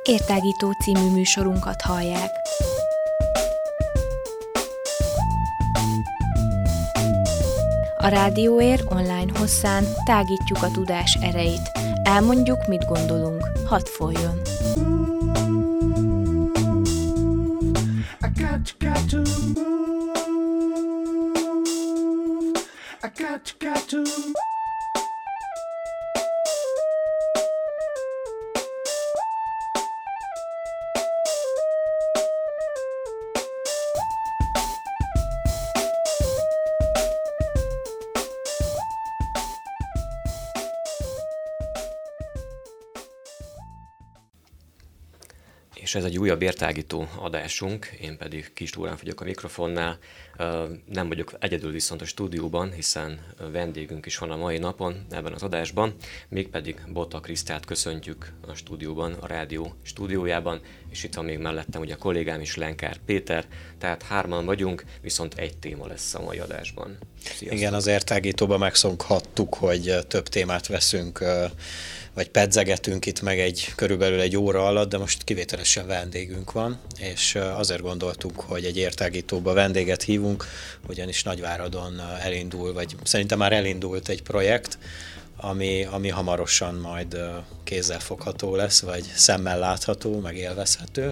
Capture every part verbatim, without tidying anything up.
Értágító című műsorunkat hallják. A Rádióér online hosszán tágítjuk a tudás erejét. Elmondjuk, mit gondolunk. Hadd folyjon! És ez egy újabb értágító adásunk, én pedig Kis Lórán vagyok a mikrofonnál. Nem vagyok egyedül viszont a stúdióban, hiszen vendégünk is van a mai napon ebben az adásban, mégpedig Bota Krisztát köszöntjük a stúdióban, a rádió stúdiójában, és itt van még mellettem ugye a kollégám is, Lenkár Péter, tehát hárman vagyunk, viszont egy téma lesz a mai adásban. Sziasztok. Igen, az értágítóban megszokhattuk, hogy több témát veszünk, vagy pedzegetünk itt meg egy körülbelül egy óra alatt, de most kivételesen vendégünk van, és azért gondoltuk, hogy egy értágítóba vendéget hívunk, ugyanis Nagyváradon elindul, vagy szerintem már elindult egy projekt, ami, ami hamarosan majd kézzelfogható lesz, vagy szemmel látható, meg élvezhető,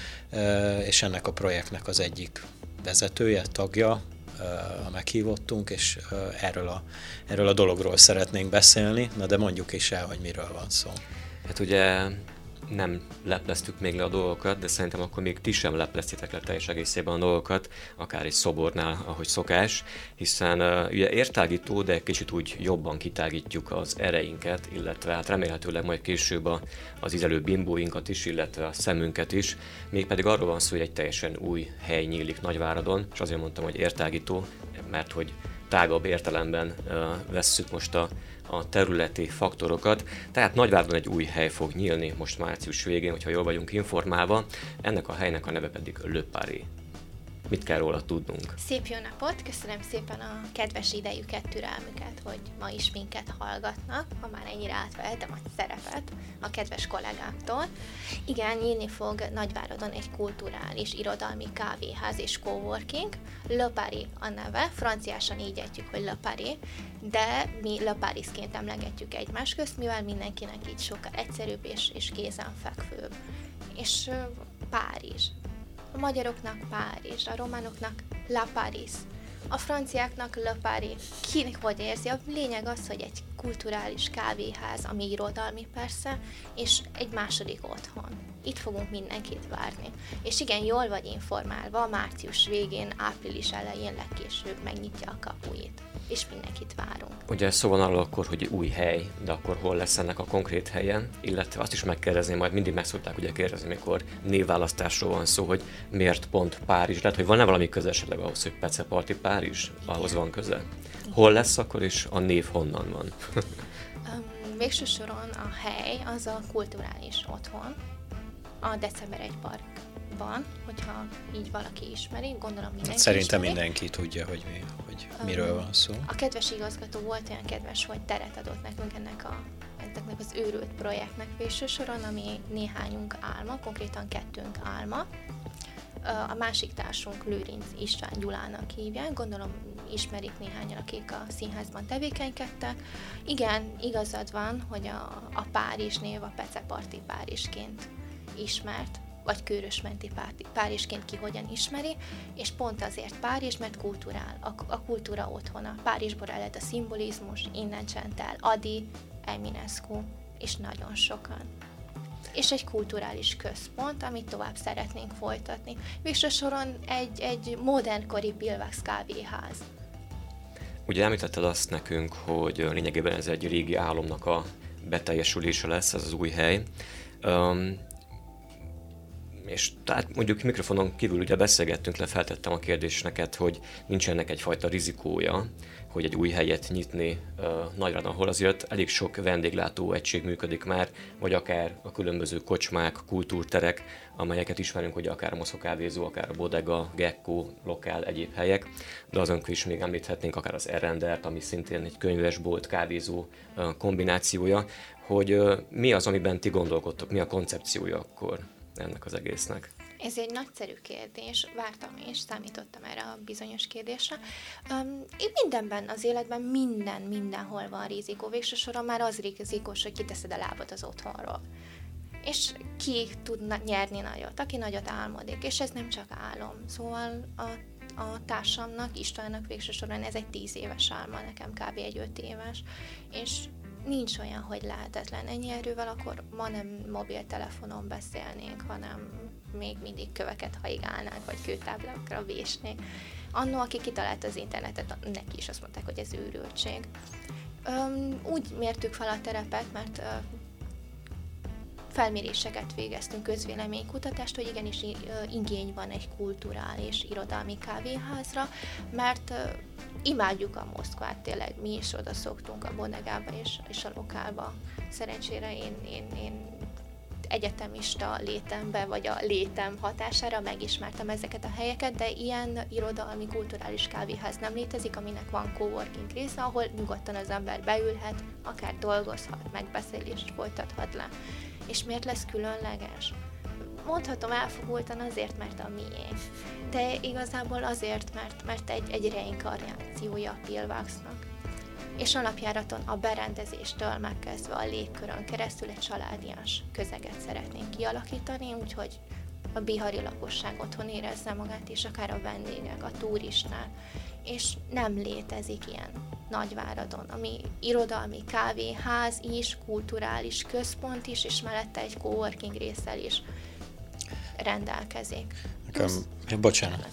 és ennek a projektnek az egyik vezetője, tagja, a meghívottunk, és erről a, erről a dologról szeretnénk beszélni, na de mondjuk is el, hogy miről van szó. Hát ugye nem lepleztük még le a dolgokat, de szerintem akkor még ti sem lepleztétek le teljes egészében a dolgokat, akár egy szobornál, ahogy szokás, hiszen uh, ugye értágító, de kicsit úgy jobban kitágítjuk az ereinket, illetve hát remélhetőleg majd később a, az ízelő bimbóinkat is, illetve a szemünket is, mégpedig arról van szó, hogy egy teljesen új hely nyílik Nagyváradon, és azért mondtam, hogy értágító, mert hogy tágabb értelemben uh, vesszük most a a területi faktorokat, tehát Nagyváradon egy új hely fog nyílni most március végén, hogyha jól vagyunk informálva. Ennek a helynek a neve pedig Le Paris. Mit kell róla tudnunk? Szép jó napot, köszönöm szépen a kedves idejüket, türelmüket, hogy ma is minket hallgatnak, ha már ennyire átvehetem a szerepet a kedves kollégáktól. Igen, nyílni fog Nagyváradon egy kulturális, irodalmi kávéház és coworking. Le Paris a neve, franciásan így ejtjük, hogy Le Paris, de mi Le Parisként emlegetjük egymás közt, mivel mindenkinek így sokkal egyszerűbb és, és kézenfekvőbb. És uh, Párizs. A magyaroknak Párizs, a románoknak La Paris, a franciáknak Le Paris. Kinek hogy érzi? A lényeg az, hogy egy kulturális kávéház, ami irodalmi persze, és egy második otthon. Itt fogunk mindenkit várni. És igen, jól vagy informálva, március végén, április elején legkésőbb megnyitja a kapuit. És mindenkit várunk. Ugye szó van arról akkor, hogy új hely, de akkor hol lesz ennek a konkrét helyen, illetve azt is megkérdezni, majd mindig meg szokták ugye kérdezni, mikor névválasztásról van szó, hogy miért pont Párizs lett, hogy van-e valami köze esetleg ahhoz, hogy Peceparti Párizs, ahhoz van köze? Hol lesz akkor, és a név honnan van? um, végső soron a hely az a kulturális otthon, a December egy Parkban, hogyha így valaki ismeri, gondolom mindenki Szerintem ismeri. mindenki tudja, hogy, mi, hogy miről van szó. A kedves igazgató volt olyan kedves, hogy teret adott nekünk ennek, a, ennek az őrült projektnek végső soron, ami néhányunk álma, konkrétan kettőnk álma. A másik társunk Lőrinc István Gyulának hívják, gondolom ismerik néhányan, akik a színházban tevékenykedtek. Igen, igazad van, hogy a, a Párizs név a Peceparti Párizsként ismert, vagy Kőrösmenti Párizsként ki hogyan ismeri, és pont azért Párizs, mert kulturál, a, a kultúra otthona. Párizsból ered a szimbolizmus, innen csent el Adi, Eminescu, és nagyon sokan. És egy kulturális központ, amit tovább szeretnénk folytatni. Végső soron egy, egy modernkori Pilvax kávéház. Ugye említetted azt nekünk, hogy lényegében ez egy régi álomnak a beteljesülése lesz, ez az új hely. Um, És tehát mondjuk mikrofonon kívül ugye beszélgettünk le, feltettem a kérdést neked, hogy nincs ennek egyfajta rizikója, hogy egy új helyet nyitni uh, Nagyrán, ahol azért elég sok vendéglátó egység működik már, vagy akár a különböző kocsmák, kultúrterek, amelyeket ismerünk, hogy akár a Moszkva kávézó, akár a Bodega, Gecko, Lokál, egyéb helyek, de azon is még említhetnénk akár az Errendert, ami szintén egy könyvesbolt, kávézó uh, kombinációja, hogy uh, mi az, amiben ti gondolkodtok, mi a koncepciója akkor ennek az egésznek? Ez egy nagyszerű kérdés, vártam és számítottam erre a bizonyos kérdésre. Um, én mindenben, az életben minden, mindenhol van rizikó. Végső soron már az rizikós, hogy kiteszed a lábad az otthonról. És ki tud nyerni nagyot, aki nagyot álmodik, és ez nem csak álom. Szóval a, a társamnak, Istvánnak végső soron ez egy tíz éves álma, nekem kb. Egy öt éves, és nincs olyan, hogy lehetetlen. Ennyi erővel akkor ma nem mobiltelefonon beszélnénk, hanem még mindig köveket haigálnánk, vagy kőtáblákra vésnénk. Annó, aki kitalálta az internetet, neki is azt mondták, hogy ez őrültség. Üm, úgy mértük fel a terepet, mert uh, felméréseket végeztünk, közvéleménykutatást, hogy igenis uh, igény van egy kulturális irodalmi kávéházra, mert uh, imádjuk a Moszkvát, tényleg mi is oda szoktunk a Bodegába és, és a Lokálba. Szerencsére én, én, én egyetemista létembe, vagy a létem hatására megismertem ezeket a helyeket, de ilyen irodalmi, kulturális kávéház nem létezik, aminek van coworking része, ahol nyugodtan az ember beülhet, akár dolgozhat, megbeszélést folytathat le. És miért lesz különleges? Mondhatom elfogultan azért, mert a miénk. De igazából azért, mert, mert egy, egy reinkarnációja a Pillboxnak. És alapjáraton a berendezéstől megkezdve a légkörön keresztül egy családias közeget szeretnénk kialakítani, úgyhogy a bihari lakosság otthon érezze magát, és akár a vendégek, a turisták. És nem létezik ilyen Nagyváradon, ami irodalmi kávéház is, kulturális központ is, és mellette egy coworking résszel is rendelkezik. Nekem, ja, bocsánat.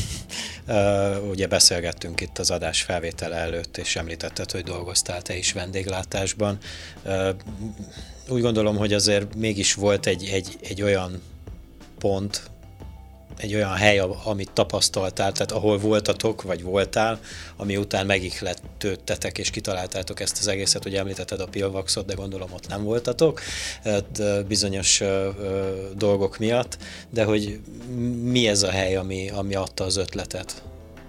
Uh, ugye beszélgettünk itt az adás felvétele előtt, és említetted, hogy dolgoztál te is vendéglátásban. Uh, úgy gondolom, hogy azért mégis volt egy, egy, egy olyan pont, egy olyan hely, amit tapasztaltál, tehát ahol voltatok, vagy voltál, ami után megihlettődtetek és kitaláltátok ezt az egészet, hogy említetted a Pillboxot, de gondolom ott nem voltatok bizonyos dolgok miatt, de hogy mi ez a hely, ami, ami adta az ötletet?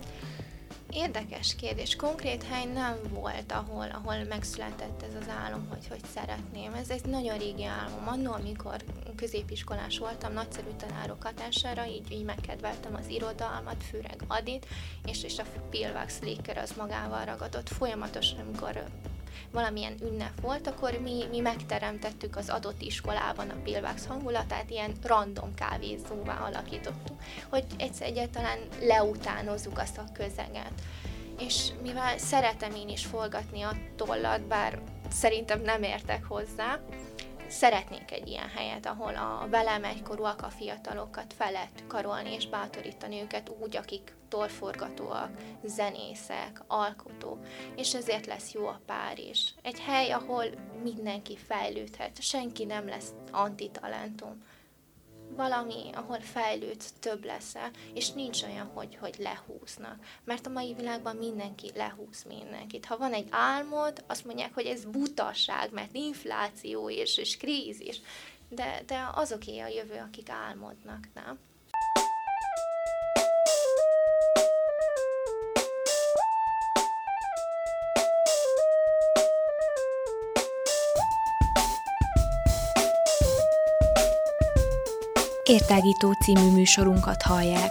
Érdekes kérdés. Konkrét hely nem volt, ahol, ahol megszületett ez az álom, hogy hogy szeretném. Ez egy nagyon régi álmom. Annól, amikor középiskolás voltam, nagyszerű tanárok hatására, így, így megkedveltem az irodalmat, főleg Adit, és, és a Pillbox légkör az magával ragadott. Folyamatosan, amikor valamilyen ünnep volt, akkor mi, mi megteremtettük az adott iskolában a Pillbox hangulatát, ilyen random kávézóvá alakítottuk, hogy egyszer egyáltalán leutánozzuk azt a közeget. És mivel szeretem én is forgatni a tollat, bár szerintem nem értek hozzá, szeretnék egy ilyen helyet, ahol a velem egykorúak, a fiatalokat fel lehet karolni és bátorítani őket úgy, akik torforgatóak, zenészek, alkotók, és ezért lesz jó a pár is. Egy hely, ahol mindenki fejlődhet, senki nem lesz antitalentum. Valami, ahol fejlődsz, több leszel, és nincs olyan, hogy, hogy lehúznak. Mert a mai világban mindenki lehúz mindenkit. Ha van egy álmod, azt mondják, hogy ez butaság, mert infláció és, és krízis. De, de azoké a jövő, akik álmodnak, nem? Értágító című műsorunkat hallják.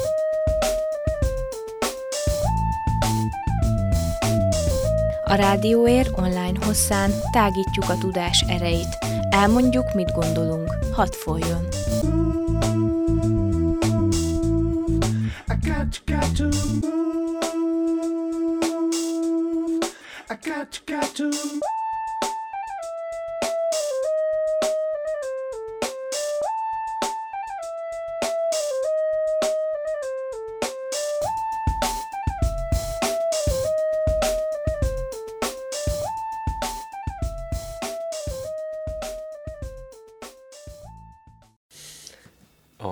A Rádióér online hosszán tágítjuk a tudás erejét. Elmondjuk, mit gondolunk. Hadd folyjon! I got, got to move. I got, got to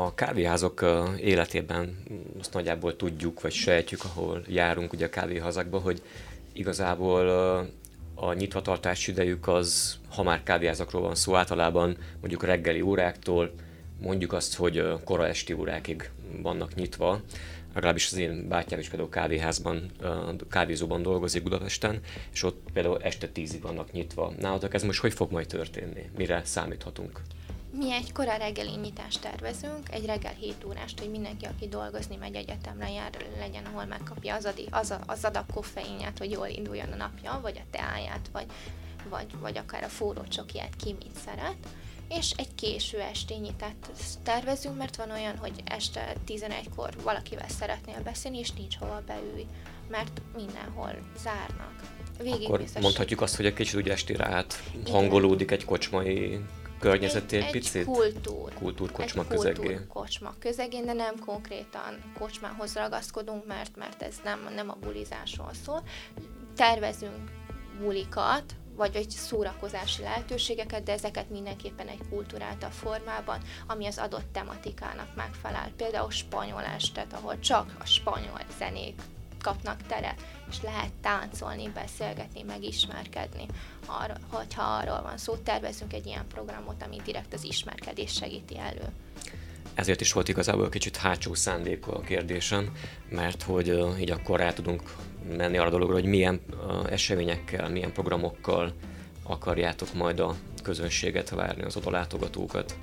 A kávéházak életében azt nagyjából tudjuk, vagy sejtjük, ahol járunk ugye a kávéházakba, hogy igazából a nyitvatartási idejük az, ha már kávéházakról van szó, általában mondjuk reggeli óráktól, mondjuk azt, hogy kora esti órákig vannak nyitva. Legalábbis az én bátyám is például kávéházban, kávézóban dolgozik Budapesten, és ott például este tízig vannak nyitva. Nálatok ez most hogy fog majd történni? Mire számíthatunk? Mi egy kora reggeli nyitást tervezünk, egy reggel hét órást, hogy mindenki, aki dolgozni megy, egyetemre jár, legyen, ahol megkapja az, adi, az, a, az adag koffeinját, hogy jól induljon a napja, vagy a teáját, vagy, vagy, vagy akár a forró csokiát, ki mit szeret. És egy késő esti nyitást tervezünk, mert van olyan, hogy este tizenegykor valakivel szeretnél beszélni, és nincs hova beülj, mert mindenhol zárnak. Végig Akkor biztos... mondhatjuk azt, hogy egy kicsit úgy estére át hangolódik egy kocsmai környezeti egy, egy picit? Egy kultúr. Kultúrkocsma egy közegé. Kultúrkocsma közegén, de nem konkrétan kocsmához ragaszkodunk, mert, mert ez nem, nem a bulizásról szól. Tervezünk bulikat, vagy egy szórakozási lehetőségeket, de ezeket mindenképpen egy kulturáltabb formában, ami az adott tematikának megfelel. Például spanyol estet, ahol csak a spanyol zenék kapnak teret, és lehet táncolni, beszélgetni, megismerkedni. Arra, hogyha arról van szó, tervezünk egy ilyen programot, ami direkt az ismerkedés segíti elő. Ezért is volt igazából kicsit hátsó szándéka a kérdésem, mert hogy uh, így akkor rá tudunk menni arra dologra, hogy milyen uh, eseményekkel, milyen programokkal akarjátok majd a közönséget várni, az oda látogatókat.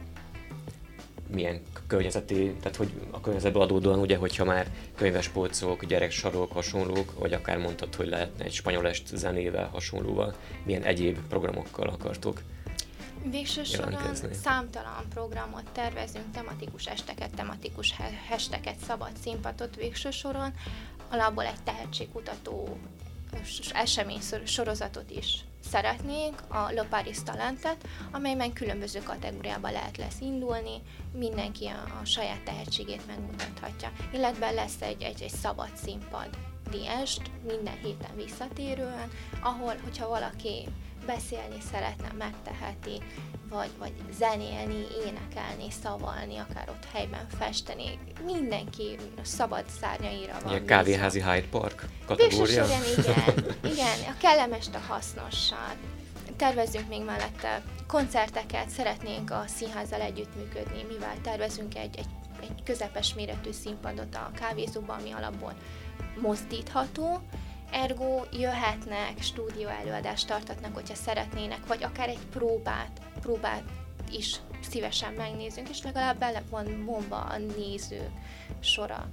Milyen környezeti, tehát hogy a környezetből adódóan, ugye, hogyha már könyvespolcok, gyereksarok, hasonlók, vagy akár mondtad, hogy lehetne egy spanyol est zenével, hasonlóval, milyen egyéb programokkal akartok Végső soron számtalan programot tervezünk, tematikus esteket, tematikus hesteket, szabad színpadot végső soron, alapból egy tehetségkutató esemény sorozatot is szeretnénk, a Le Paris Talentet, amelyben különböző kategóriában lehet lesz indulni, mindenki a, a saját tehetségét megmutathatja. Illetve lesz egy, egy, egy szabad színpadi est, minden héten visszatérően, ahol, hogyha valaki beszélni szeretne, megteheti, vagy, vagy zenélni, énekelni, szavalni, akár ott helyben festeni. Mindenki szabad szárnyaira van. Ilyen kávéházi Hyde Park kategória? Végső igen, igen, a kellemest a hasznossal. Tervezünk még mellette koncerteket, szeretnénk a színházzal együttműködni, mivel tervezünk egy, egy, egy közepes méretű színpadot a kávézóban, ami alapból mozdítható. Ergo jöhetnek, stúdió előadást tartatnak, hogyha szeretnének, vagy akár egy próbát, próbát is szívesen megnézünk, és legalább bele van vonva a néző sora.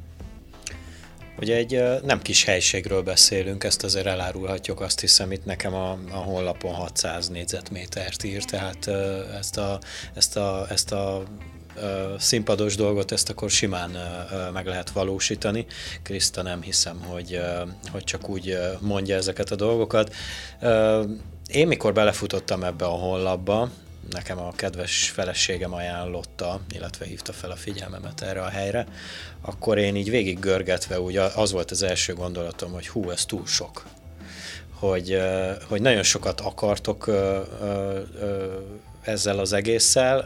Ugye egy nem kis helységről beszélünk, ezt azért elárulhatjuk, azt hiszem itt nekem a, a honlapon hatszáz négyzetmétert ír, tehát ezt a, ezt a, ezt a színpados dolgot, ezt akkor simán meg lehet valósítani. Kriszta nem hiszem, hogy, hogy csak úgy mondja ezeket a dolgokat. Én mikor belefutottam ebbe a honlapba, nekem a kedves feleségem ajánlotta, illetve hívta fel a figyelmemet erre a helyre, akkor én így végig görgetve, úgy az volt az első gondolatom, hogy hú, ez túl sok. Hogy, hogy nagyon sokat akartok ezzel az egésszel.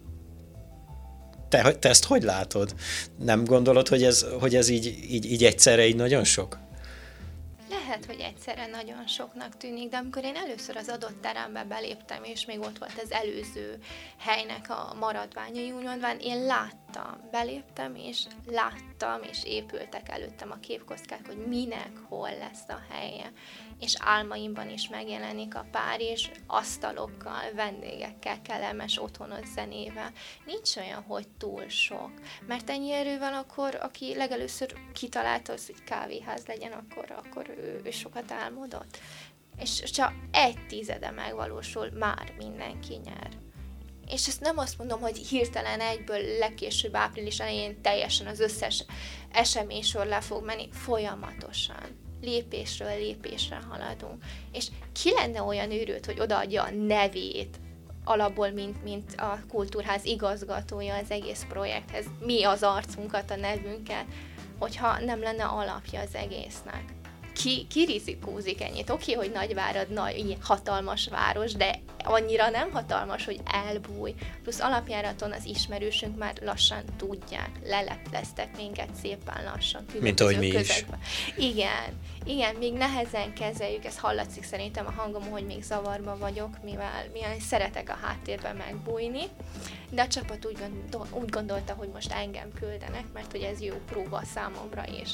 Te, te ezt hogy látod? Nem gondolod, hogy ez, hogy ez így, így, így egyszerre így nagyon sok? Lehet, hogy egyszerre nagyon soknak tűnik, de amikor én először az adott terembe beléptem, és még ott volt az előző helynek a maradványai, úgymondván, én láttam, beléptem, és láttam, és épültek előttem a képkockák, hogy minek, hol lesz a helye. És álmaimban is megjelenik a pár, és asztalokkal, vendégekkel, kellemes otthonos zenével. Nincs olyan, hogy túl sok. Mert ennyi erő van, akkor aki legelőször kitalálta az, hogy kávéház legyen, akkor, akkor ő, ő sokat álmodott. És csak egy tizede megvalósul, már mindenki nyer. És ezt nem azt mondom, hogy hirtelen egyből legkésőbb április elején teljesen az összes eseménysor le fog menni, folyamatosan. Lépésről lépésre haladunk. És ki lenne olyan őrült, hogy odaadja a nevét alapból, mint, mint a kultúrház igazgatója az egész projekthez, mi az arcunkat, a nevünket, hogyha nem lenne alapja az egésznek. ki, ki rizikózik ennyit? Oké, hogy Nagyvárad nagy, hatalmas város, de annyira nem hatalmas, hogy elbújj. Plusz alapjáraton az ismerősünk már lassan tudják, lelepleztek minket szépen lassan. Mint ahogy mi közegben. is. Igen, igen, még nehezen kezeljük, ez hallatszik szerintem a hangomon, hogy még zavarba vagyok, mivel, mivel szeretek a háttérben megbújni, de a csapat úgy, gondol, úgy gondolta, hogy most engem küldenek, mert hogy ez jó próba számomra is.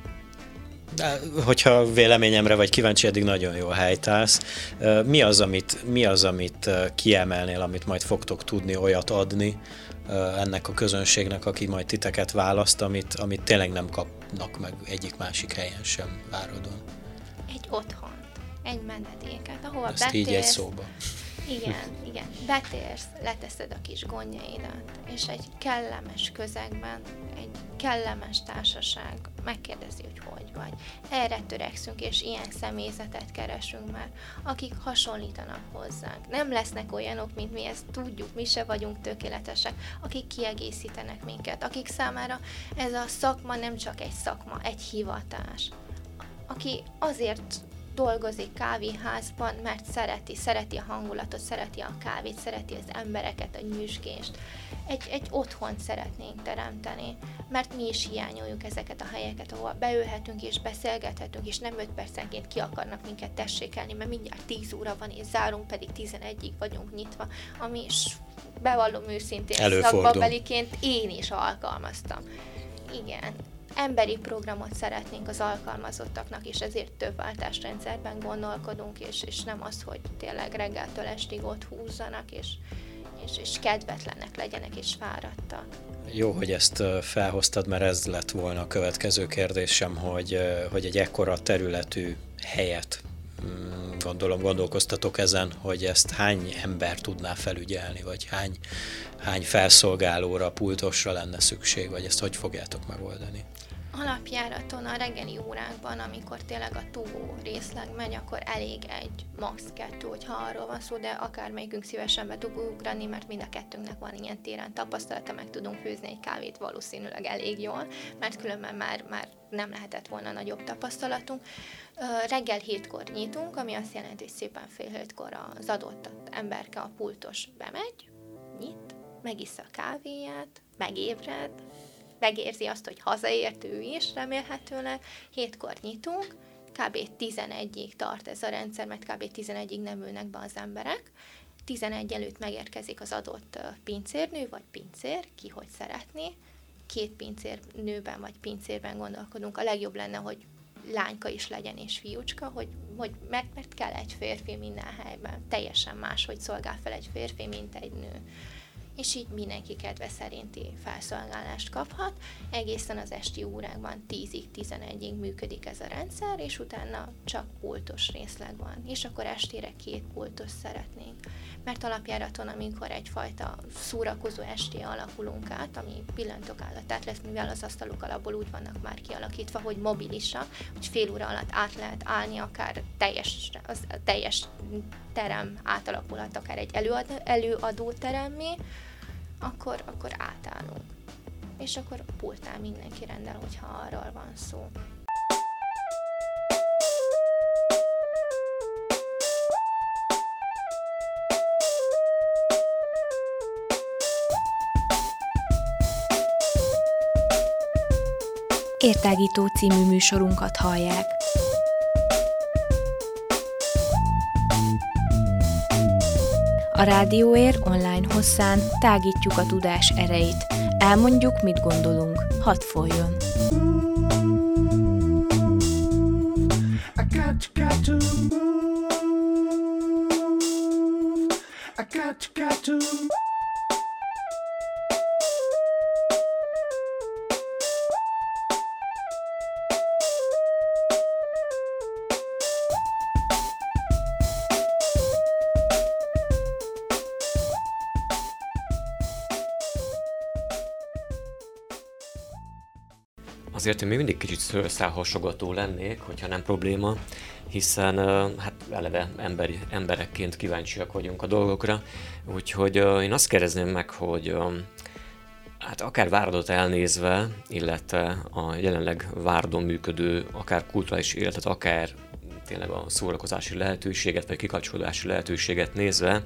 De, hogyha véleményemre vagy kíváncsi, eddig nagyon jól helytálsz. Mi az, amit, mi az, amit kiemelnél, amit majd fogtok tudni olyat adni ennek a közönségnek, aki majd titeket választ, amit, amit tényleg nem kapnak meg egyik másik helyen sem Váradon? Egy otthont, egy menedéket, ahova Ezt betérsz. így egy szóba. Igen, igen. Betérsz, leteszed a kis gondjaidat, és egy kellemes közegben, egy kellemes társaság megkérdezi, hogy hogy vagy. Erre törekszünk, és ilyen személyzetet keresünk már, akik hasonlítanak hozzánk. Nem lesznek olyanok, mint mi, ezt tudjuk, mi se vagyunk tökéletesek, akik kiegészítenek minket, akik számára ez a szakma nem csak egy szakma, egy hivatás. Aki azért dolgozik kávéházban, mert szereti, szereti a hangulatot, szereti a kávét, szereti az embereket, a nyüzsgést. Egy, egy otthont szeretnénk teremteni, mert mi is hiányoljuk ezeket a helyeket, ahol beülhetünk és beszélgethetünk, és nem öt percenként ki akarnak minket tessékelni, mert mindjárt tíz óra van, és zárunk, pedig tizenegyig vagyunk nyitva, ami is bevallom őszintén szakmabeliként én is alkalmaztam. Igen. Emberi programot szeretnénk az alkalmazottaknak, és ezért több váltásrendszerben gondolkodunk, és, és nem az, hogy tényleg reggeltől estig ott húzzanak, és, és, és kedvetlenek legyenek, és fáradtak. Jó, hogy ezt felhoztad, mert ez lett volna a következő kérdésem, hogy, hogy egy ekkora területű helyet, gondolom gondolkoztatok ezen, hogy ezt hány ember tudná felügyelni, vagy hány, hány felszolgálóra, pultosra lenne szükség, vagy ezt hogy fogjátok megoldani? Alapjáraton a reggeli órákban, amikor tényleg a túgó részleg megy, akkor elég egy, max. kettő, hogyha arról van szó, de akármelyikünk szívesen be tud ugrani, mert mind a kettőnknek van ilyen téren tapasztalata, meg tudunk főzni egy kávét valószínűleg elég jól, mert különben már, már nem lehetett volna nagyobb tapasztalatunk. Reggel hétkor nyitunk, ami azt jelenti, hogy szépen fél hétkor az adott emberke, a pultos bemegy, nyit, megissza a kávéját, megébred, megérzi azt, hogy hazaért ő is remélhetőleg, hétkor nyitunk, kb. tizenegyig tart ez a rendszer, mert kb. tizenegyig nem ülnek be az emberek, tizenegy előtt megérkezik az adott pincérnő, vagy pincér, ki hogy szeretné, két pincérnőben vagy pincérben gondolkodunk, a legjobb lenne, hogy lányka is legyen és fiúcska, hogy, hogy mert, mert kell egy férfi minden helyben, teljesen más, hogy szolgál fel egy férfi, mint egy nő. És így mindenki kedve szerinti felszolgálást kaphat. Egészen az esti órákban tízig, tizenegyig működik ez a rendszer, és utána csak pultos részleg van. És akkor estére két pultos szeretnénk. Mert alapjáraton, amikor egyfajta szórakozó esti alakulunk át, ami pillantok állatát lesz, mivel az asztalok alapból úgy vannak már kialakítva, hogy mobilisa, hogy fél óra alatt át lehet állni, akár teljes, az, teljes terem átalakulhat, akár egy előadó, előadó teremmé, akkor, akkor átállunk. És akkor a pultnál mindenki rendel, hogyha arról van szó. Értágító című műsorunkat hallják. A Rádióér online hosszán tágítjuk a tudás erejét. Elmondjuk, mit gondolunk. Hadd folyjon! Azért én még mindig kicsit szőrszálhasogató lennék, hogyha nem probléma, hiszen hát eleve emberi, emberekként kíváncsiak vagyunk a dolgokra, úgyhogy én azt kérdezném meg, hogy hát Hát akár Váradot elnézve, illetve a jelenleg Váradon működő akár kulturális életet, akár tényleg a szórakozási lehetőséget, vagy kikapcsolódási lehetőséget nézve,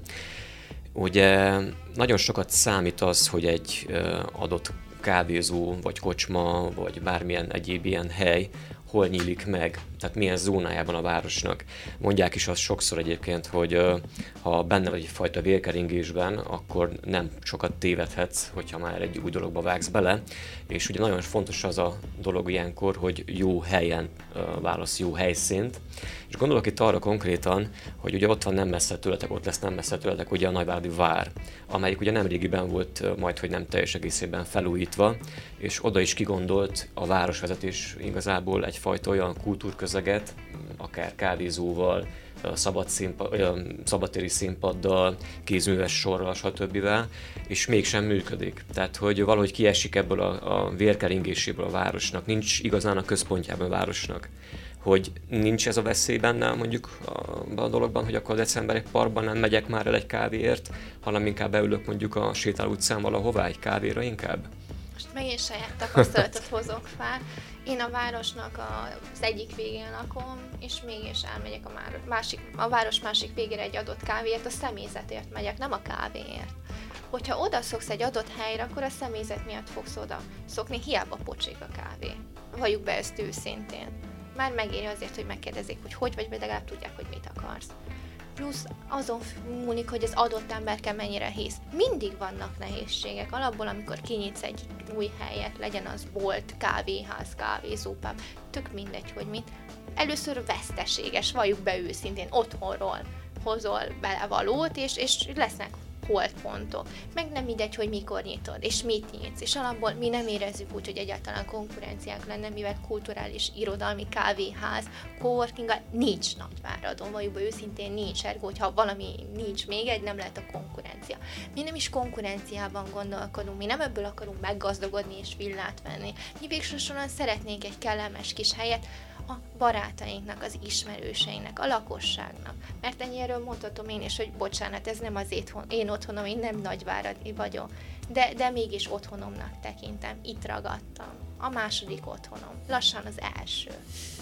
ugye nagyon sokat számít az, hogy egy adott kávézó, vagy kocsma, vagy bármilyen egyéb ilyen hely hol nyílik meg, tehát milyen zónájában a városnak. Mondják is azt sokszor egyébként, hogy ha benne vagy egyfajta vérkeringésben, akkor nem sokat tévedhetsz, hogyha már egy új dologba vágsz bele, és ugye nagyon fontos az a dolog ilyenkor, hogy jó helyen válasz jó helyszínt, és gondolok itt arra konkrétan, hogy ugye ott van nem messze tőletek, ott lesz nem messze tőletek ugye a Nagyváradi Vár, amelyik ugye nemrégiben volt majd, hogy nem teljes egészében felújítva, és oda is kigondolt a városvezetés igazából egyfajta olyan kultúrközeget, akár kávézóval, szabad színpad, szabadtéri színpaddal, kézműves sorral, stb. És mégsem működik. Tehát, hogy valahogy kiesik ebből a, a vérkeringéséből a városnak, nincs igazán a központjában a városnak. Hogy nincs ez a veszély benne mondjuk a, a dologban, hogy akkor decemberi parkban nem megyek már el egy kávéért, hanem inkább beülök mondjuk a Sétáló utcán valahová egy kávéra inkább? Most megint saját tapasztalatot hozok fel. Én a városnak az egyik végén lakom, és mégis elmegyek a, másik, a város másik végére egy adott kávéért, a személyzetért megyek, nem a kávéért. Hogyha oda szoksz egy adott helyre, akkor a személyzet miatt fogsz oda szokni, hiába pocsék a kávé. Valljuk be ezt őszintén. Már megéri azért, hogy megkérdezzék, hogy hogy vagy, vagy legalább tudják, hogy mit akarsz. Plusz azon múlik, hogy az adott emberke mennyire hisz. Mindig vannak nehézségek. Alapból, amikor kinyitsz egy új helyet, legyen az bolt, kávéház, kávézópub, tök mindegy, hogy mit. Először veszteséges, valljuk be őszintén, otthonról hozol bele valót, és, és lesznek holdpontok. Meg nem mindegy, hogy mikor nyitod, és mit nyitsz. És alapból mi nem érezzük úgy, hogy egyáltalán konkurenciánk lenne, mivel kulturális, irodalmi, kávéház, coworking nincs Nagyváradon, vagy őszintén nincs, ergo, hogyha valami nincs még egy, nem lehet a konkurencia. Mi nem is konkurenciában gondolkodunk, mi nem ebből akarunk meggazdagodni és villát venni. Mi végsősorban szeretnénk egy kellemes kis helyet, a barátainknak, az ismerőseinknek, a lakosságnak. Mert ennyiről mondhatom én is, hogy bocsánat, ez nem az én otthonom, én nem Nagyváradi vagyok, de, de mégis otthonomnak tekintem, itt ragadtam. A második otthonom, lassan az első.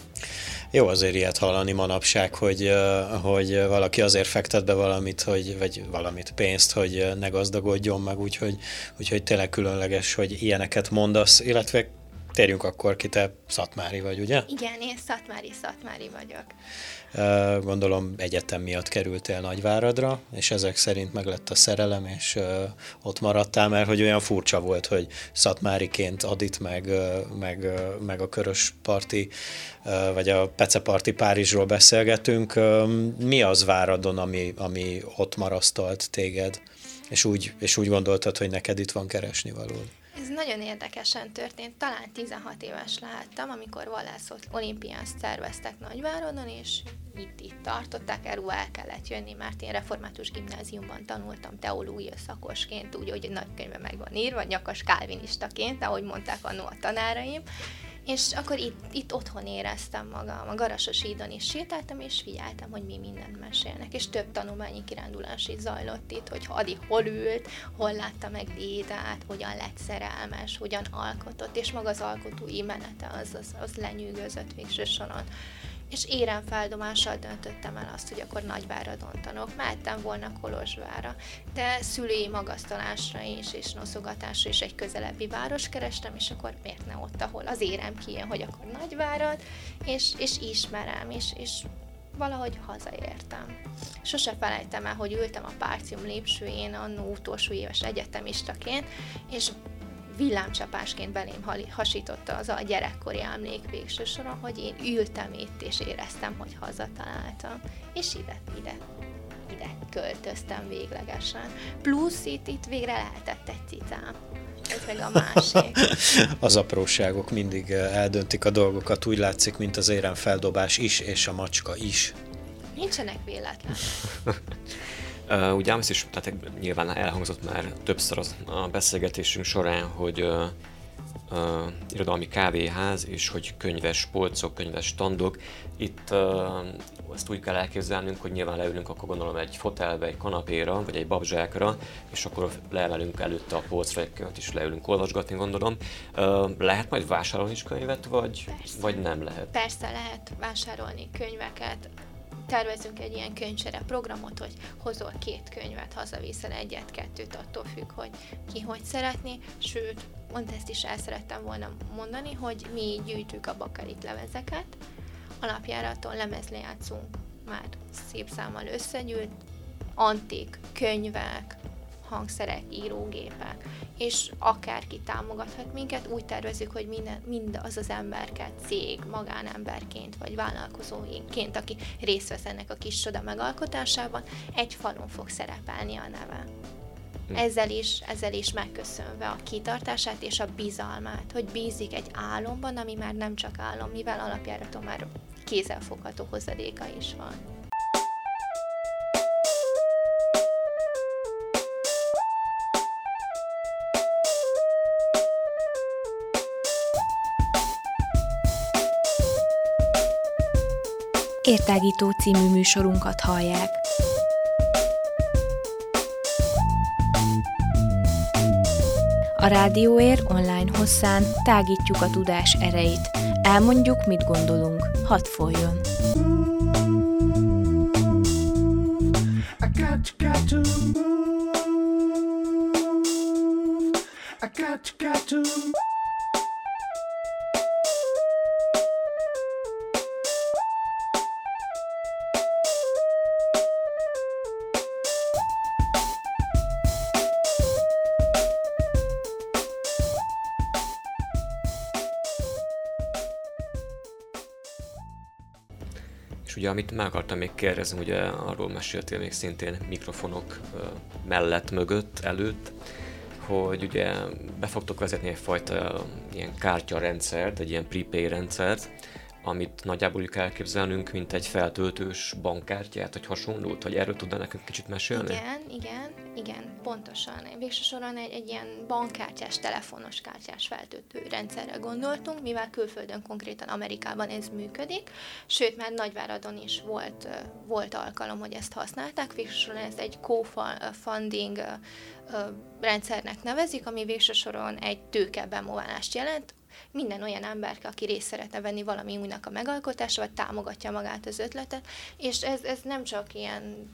Jó azért ilyet hallani manapság, hogy, hogy valaki azért fektet be valamit, hogy, vagy valamit pénzt, hogy ne gazdagodjon meg, úgyhogy, úgyhogy tényleg különleges, hogy ilyeneket mondasz, illetve térjünk akkor ki, te szatmári vagy, ugye? Igen, én szatmári, szatmári vagyok. Gondolom egyetem miatt kerültél Nagyváradra, és ezek szerint meg lett a szerelem, és ott maradtál, mert hogy olyan furcsa volt, hogy szatmáriként Adit, meg, meg, meg a Körösparti, vagy a Peceparti Párizsról beszélgetünk. Mi az Váradon, ami, ami ott marasztalt téged, és úgy, és úgy gondoltad, hogy neked itt van keresnivalód? Ez nagyon érdekesen történt. Talán tizenhat éves lehettem, amikor vallászat olimpiát szerveztek Nagyváradon, és itt-itt tartották, erről el kellett jönni, mert én református gimnáziumban tanultam teológia szakosként, úgy, hogy nagykönyvben meg van írva, nyakas kálvinistaként, ahogy mondták annó a tanáraim. És akkor itt, itt otthon éreztem magam, a Garasos hídon is sétáltam, és figyeltem, hogy mi mindent mesélnek. És több tanulmányi kirándulás is zajlott itt, hogy Adi hol ült, hol látta meg Dédát, hogyan lett szerelmes, hogyan alkotott, és maga az alkotói menete az, az, az lenyűgözött végső soron. És éremfeldomással döntöttem el azt, hogy akkor Nagyváradon tanulok. Mehettem volna Kolozsvárra, de szülői magasztalásra is, és noszogatásra is egy közelebbi város kerestem, és akkor miért ne ott, ahol az érem kijön, hogy akkor Nagyvárad, és, és ismerem, és, és valahogy hazaértem. Sose felejtem el, hogy ültem a Párcium lépcsőjén annó utolsó éves egyetemistaként, és villámcsapásként belém hasította az a gyerekkori emlék végső soron, hogy én ültem itt, és éreztem, hogy hazataláltam. És ide, ide, ide költöztem véglegesen. Plusz itt, itt végre lehetett egy cicám. Ez meg a másik. Az apróságok mindig eldöntik a dolgokat, úgy látszik, mint az éremfeldobás is, és a macska is. Nincsenek véletlen. Uh, ugye ám ezt is, tehát nyilván elhangzott már többször az, a beszélgetésünk során, hogy uh, uh, irodalmi kávéház, és hogy könyves polcok, könyves standok. Itt uh, azt úgy kell elképzelnünk, hogy nyilván leülünk, akkor gondolom egy fotelbe, egy kanapéra, vagy egy babzsákra, és akkor leemelünk előtte a polcra egy könyvet, és leülünk olvasgatni, gondolom. Uh, lehet majd vásárolni is könyvet, vagy, vagy nem lehet? Persze lehet vásárolni könyveket. Tervezünk egy ilyen könyvcsere programot, hogy hozol két könyvet, hazaviszel egyet, kettőt, attól függ, hogy ki hogy szeretné. Sőt, pont ezt is el szerettem volna mondani, hogy mi gyűjtjük a bakarit lemezeket, alapjáraton lemezlejátszunk már szép számmal összegyűlt, antik könyvek, hangszerek, írógépek, és akárki támogathat minket, úgy tervezzük, hogy minden, mind az az emberket, cég, magánemberként, vagy vállalkozóként, aki részt vesz ennek a kis csoda megalkotásában, egy falon fog szerepelni a neve. Ezzel is, ezzel is megköszönve a kitartását és a bizalmát, hogy bízik egy álomban, ami már nem csak álom, mivel alapjáraton már kézzelfogható hozadéka is van. Értágító című műsorunkat hallják. A Rádióér online hosszán tágítjuk a tudás erejét. Elmondjuk, mit gondolunk. Hadd folyjon! És ugye, amit meg akartam még kérdezni, ugye arról meséltél még szintén mikrofonok mellett, mögött, előtt, hogy ugye be fogtok vezetni egyfajta ilyen kártyarendszert, egy ilyen prepaid rendszert, amit nagyjából úgy kell elképzelnünk, mint egy feltöltős bankkártyát, vagy hasonlót, hogy erről tudnál nekünk kicsit mesélni? Igen, igen, igen, pontosan. Végső soron egy, egy ilyen bankkártyás, telefonos kártyás feltöltő rendszerre gondoltunk, mivel külföldön, konkrétan Amerikában ez működik, sőt már Nagyváradon is volt, volt alkalom, hogy ezt használták. Végső soron ez egy co-funding rendszernek nevezik, ami végső soron egy tőkebemoválást jelent. Minden olyan ember, aki részt szeretne venni valami újnak a megalkotása, vagy támogatja magát az ötletet, és ez, ez nem csak ilyen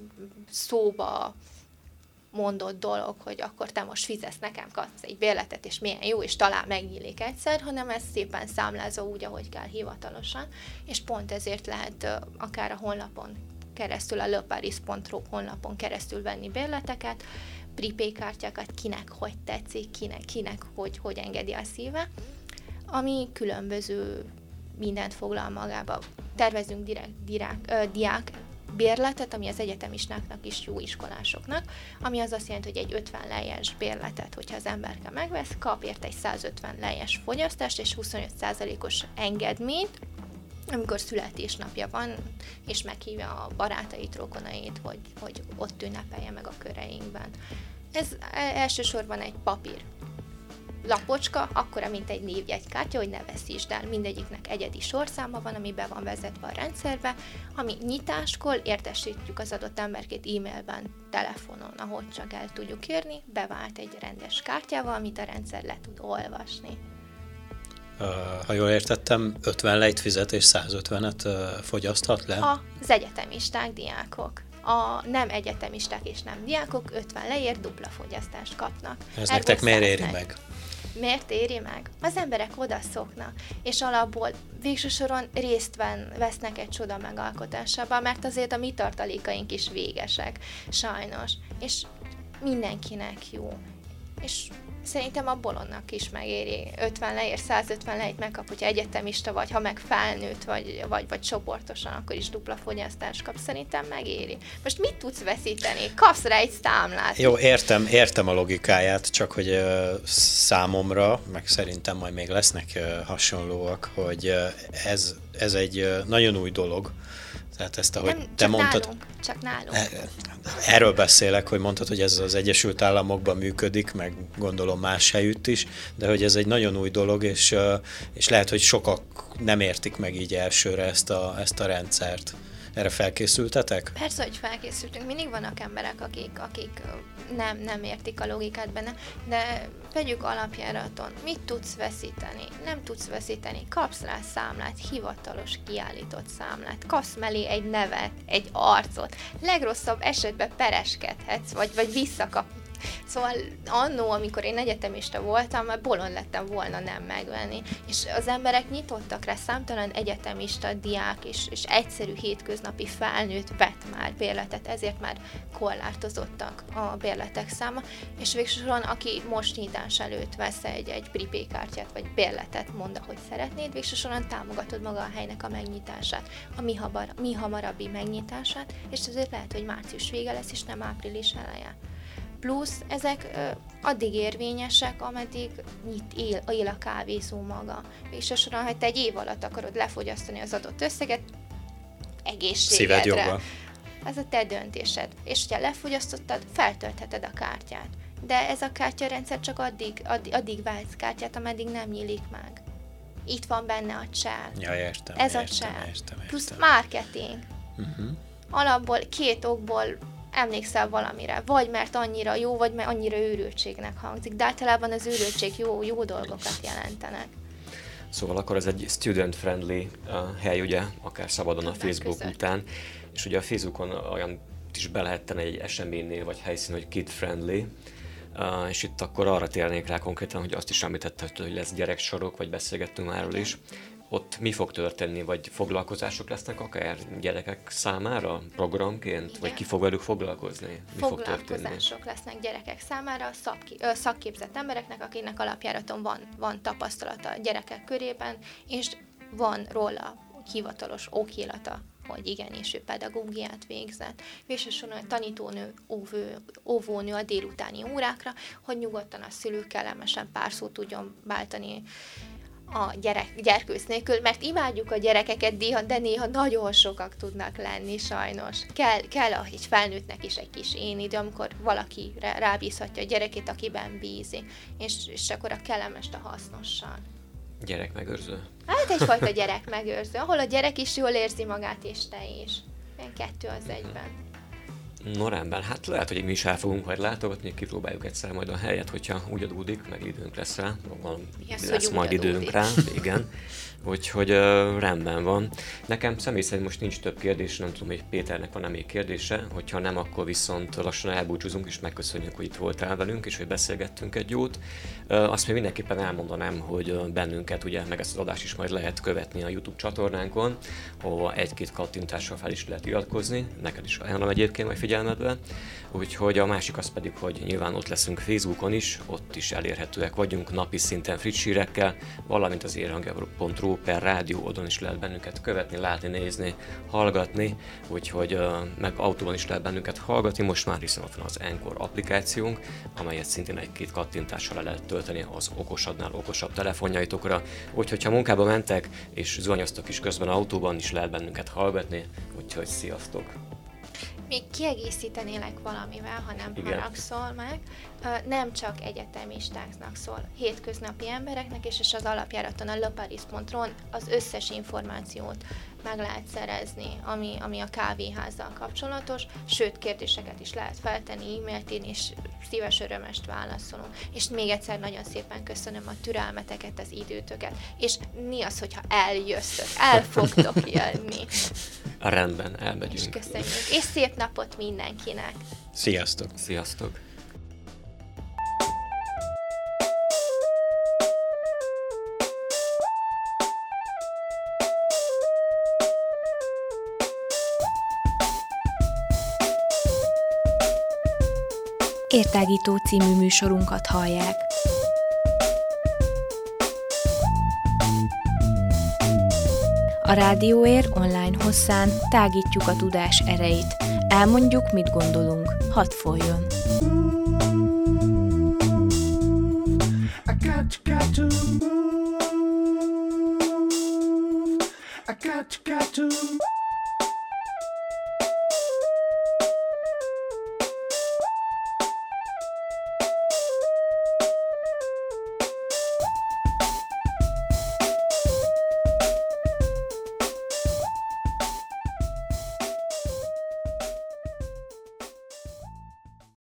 szóba mondott dolog, hogy akkor te most fizetsz nekem, kapsz egy bérletet, és milyen jó, és talán megnyílik egyszer, hanem ez szépen számlázó úgy, ahogy kell hivatalosan, és pont ezért lehet akár a honlapon keresztül, a leparis pont ru honlapon keresztül venni bérleteket, prepaid kártyákat, kinek hogy tetszik, kinek, kinek hogy, hogy engedi a szíve, ami különböző mindent foglal magába. Tervezünk direkt, direkt, ö, diák bérletet, ami az egyetemistáknak is jó iskolásoknak, ami az azt jelenti, hogy egy ötven lejes bérletet, hogyha az emberke megvesz, kap érte egy százötven lejes fogyasztást és huszonöt százalékos engedményt, amikor születésnapja van, és meghívja a barátait, rokonait, hogy, hogy ott ünnepelje meg a köreinkben. Ez elsősorban egy papír lapocska, akkora, mint egy névjegykártya, hogy ne veszítsd el. Mindegyiknek egyedi sorszáma van, ami be van vezetve a rendszerbe, ami nyitáskor értesítjük az adott emberkét e-mailben, telefonon, ahogy csak el tudjuk érni, bevált egy rendes kártyával, amit a rendszer le tud olvasni. Uh, ha jól értettem, ötven lejt fizet és százötvenet uh, fogyaszthat le? Az egyetemisták, diákok. A nem egyetemisták és nem diákok ötven lejért dupla fogyasztást kapnak. Ez Ergo nektek miért éri meg? Miért éri meg? Az emberek odaszoknak, és alapból végső soron részt vesznek egy csoda megalkotásában, mert azért a mi tartalékaink is végesek, sajnos, és mindenkinek jó. És szerintem a bolondnak is megéri. ötven leér, százötven lejt megkap, hogyha egyetemista vagy, ha meg felnőtt vagy, vagy, vagy csoportosan, akkor is dupla fogyasztást kap. Szerintem megéri. Most mit tudsz veszíteni? Kapsz rá egy számlát. Jó, értem, értem a logikáját, csak hogy uh, számomra, meg szerintem majd még lesznek uh, hasonlóak, hogy uh, ez, ez egy uh, nagyon új dolog. Tehát ezt, ahogy nem, te mondtad... Nálunk, csak nálunk. Erről beszélek, hogy mondtad, hogy ez az Egyesült Államokban működik, meg gondolom más helyütt is, de hogy ez egy nagyon új dolog, és, és lehet, hogy sokak nem értik meg így elsőre ezt a, ezt a rendszert. Erre felkészültetek? Persze, hogy felkészültünk. Mindig vannak emberek, akik, akik nem, nem értik a logikát benne, de vegyük alapjáraton. Mit tudsz veszíteni? Nem tudsz veszíteni. Kapsz rá számlát, hivatalos kiállított számlát. Kapsz mellé egy nevet, egy arcot. Legrosszabb esetben pereskedhetsz, vagy, vagy visszakap. Szóval annó, amikor én egyetemista voltam, már bolond lettem volna nem megvenni. És az emberek nyitottak rá, számtalan egyetemista, diák és, és egyszerű hétköznapi felnőtt vett már bérletet, ezért már korlátozottak a bérletek száma. És végsősorban, aki most nyitás előtt vesz egy, egy pripé kártyát, vagy bérletet, mondd, hogy szeretnéd, végsősorban támogatod maga a helynek a megnyitását, a mi, habar, mi hamarabbi megnyitását, és ezért lehet, hogy március vége lesz, és nem április eleje. Plusz ezek ö, addig érvényesek, ameddig nyit él, él a kávézó maga. Végsősorban, ha te egy év alatt akarod lefogyasztani az adott összeget, egészségedre. Szíved joga. Ez a te döntésed. És ha lefogyasztottad, feltöltheted a kártyát. De ez a kártyarendszer csak addig, addig, addig váltsz kártyát, ameddig nem nyílik meg. Itt van benne a csel. Ja, értem, ez értem, a csel. értem, értem. Plusz marketing. Uh-huh. Alapból, két okból emlékszel valamire, vagy mert annyira jó, vagy mert annyira őrültségnek hangzik, de általában az őrültség jó, jó dolgokat jelentenek. Szóval akkor ez egy student-friendly uh, hely, ugye, akár szabadon a Többek Facebook között. után, és ugye a Facebookon olyan is be lehet tenni egy eseménynél, vagy helyszín, hogy kid-friendly, uh, és itt akkor arra térnék rá konkrétan, hogy azt is említett, hogy lesz gyereksorok, vagy beszélgettünk már erről is. Ott mi fog történni, vagy foglalkozások lesznek akár gyerekek számára programként, Igen. vagy ki fog velük foglalkozni? Mi fog történni? Foglalkozások lesznek gyerekek számára, szakki, ö, szakképzett embereknek, akinek alapjáraton van, van tapasztalata a gyerekek körében, és van róla hivatalos okilata, hogy igenis ő pedagógiát végzett. Végsősorban tanítónő, óvő, óvónő a délutáni órákra, hogy nyugodtan a szülő kellemesen pár szót tudjon váltani a gyerek, gyerkőc nélkül, mert imádjuk a gyerekeket, de néha nagyon sokak tudnak lenni, sajnos. Kell, kell egy felnőttnek is egy kis én idő, amikor valaki rábízhatja a gyerekét, akiben bízik, és, és akkor a kellemest a hasznossal. Gyerekmegőrző. Hát egyfajta gyerekmegőrző, ahol a gyerek is jól érzi magát, és te is. Ilyen kettő az egyben. No rendben, hát lehet, hogy mi is el fogunk majd látogatni, kipróbáljuk egyszer majd a helyet, hogyha úgy adódik, meg időnk lesz rá, van, Yes, lesz majd időnk adódik. rá, igen. Úgyhogy uh, rendben van. Nekem személy szerint most nincs több kérdés, nem tudom, hogy Péternek van-e még kérdése, hogyha nem, akkor viszont lassan elbúcsúzunk, és megköszönjük, hogy itt voltál velünk, és hogy beszélgettünk egy jót. Uh, azt még mindenképpen elmondanám, hogy uh, bennünket, ugye, meg ezt az adást is majd lehet követni a YouTube csatornánkon, ahol egy-két kattintással fel is lehet iratkozni, neked is ajánlom egyébként majd figyelmedbe. Úgyhogy a másik az pedig, hogy nyilván ott leszünk Facebookon is, ott is elérhetőek vagyunk napi szinten friss hírekkel, valamint az érhangja pont ru per rádió, oldalon is lehet bennünket követni, látni, nézni, hallgatni, úgyhogy uh, meg autóban is lehet bennünket hallgatni, most már hiszen ott van az Anchor applikációnk, amelyet szintén egy-két kattintással le lehet tölteni az okosabbnál okosabb telefonjaitokra, úgyhogy ha munkába mentek és zuhanyoztok is közben autóban is lehet bennünket hallgatni, úgyhogy sziasztok! Még kiegészítenélek valamivel, ha nem Igen. haragszol meg. Nem csak egyetemistáknak szól, hétköznapi embereknek, és, és az alapjáraton a leparis pont ru-n az összes információt meg lehet szerezni, ami, ami a kávéházzal kapcsolatos, sőt, kérdéseket is lehet feltenni, e-mailt írni, és szíves örömest válaszolunk. És még egyszer nagyon szépen köszönöm a türelmeteket, az időtöket, és mi az, hogyha eljösszök, el fogtok jönni. A rendben, És elmegyünk. köszönjük, és szép napot mindenkinek! Sziasztok! Sziasztok! Értágító című műsorunkat hallják. A Rádióér online hosszán tágítjuk a tudás erejét. Elmondjuk, mit gondolunk. Hadd folyjon! I got, got to move. I got, got to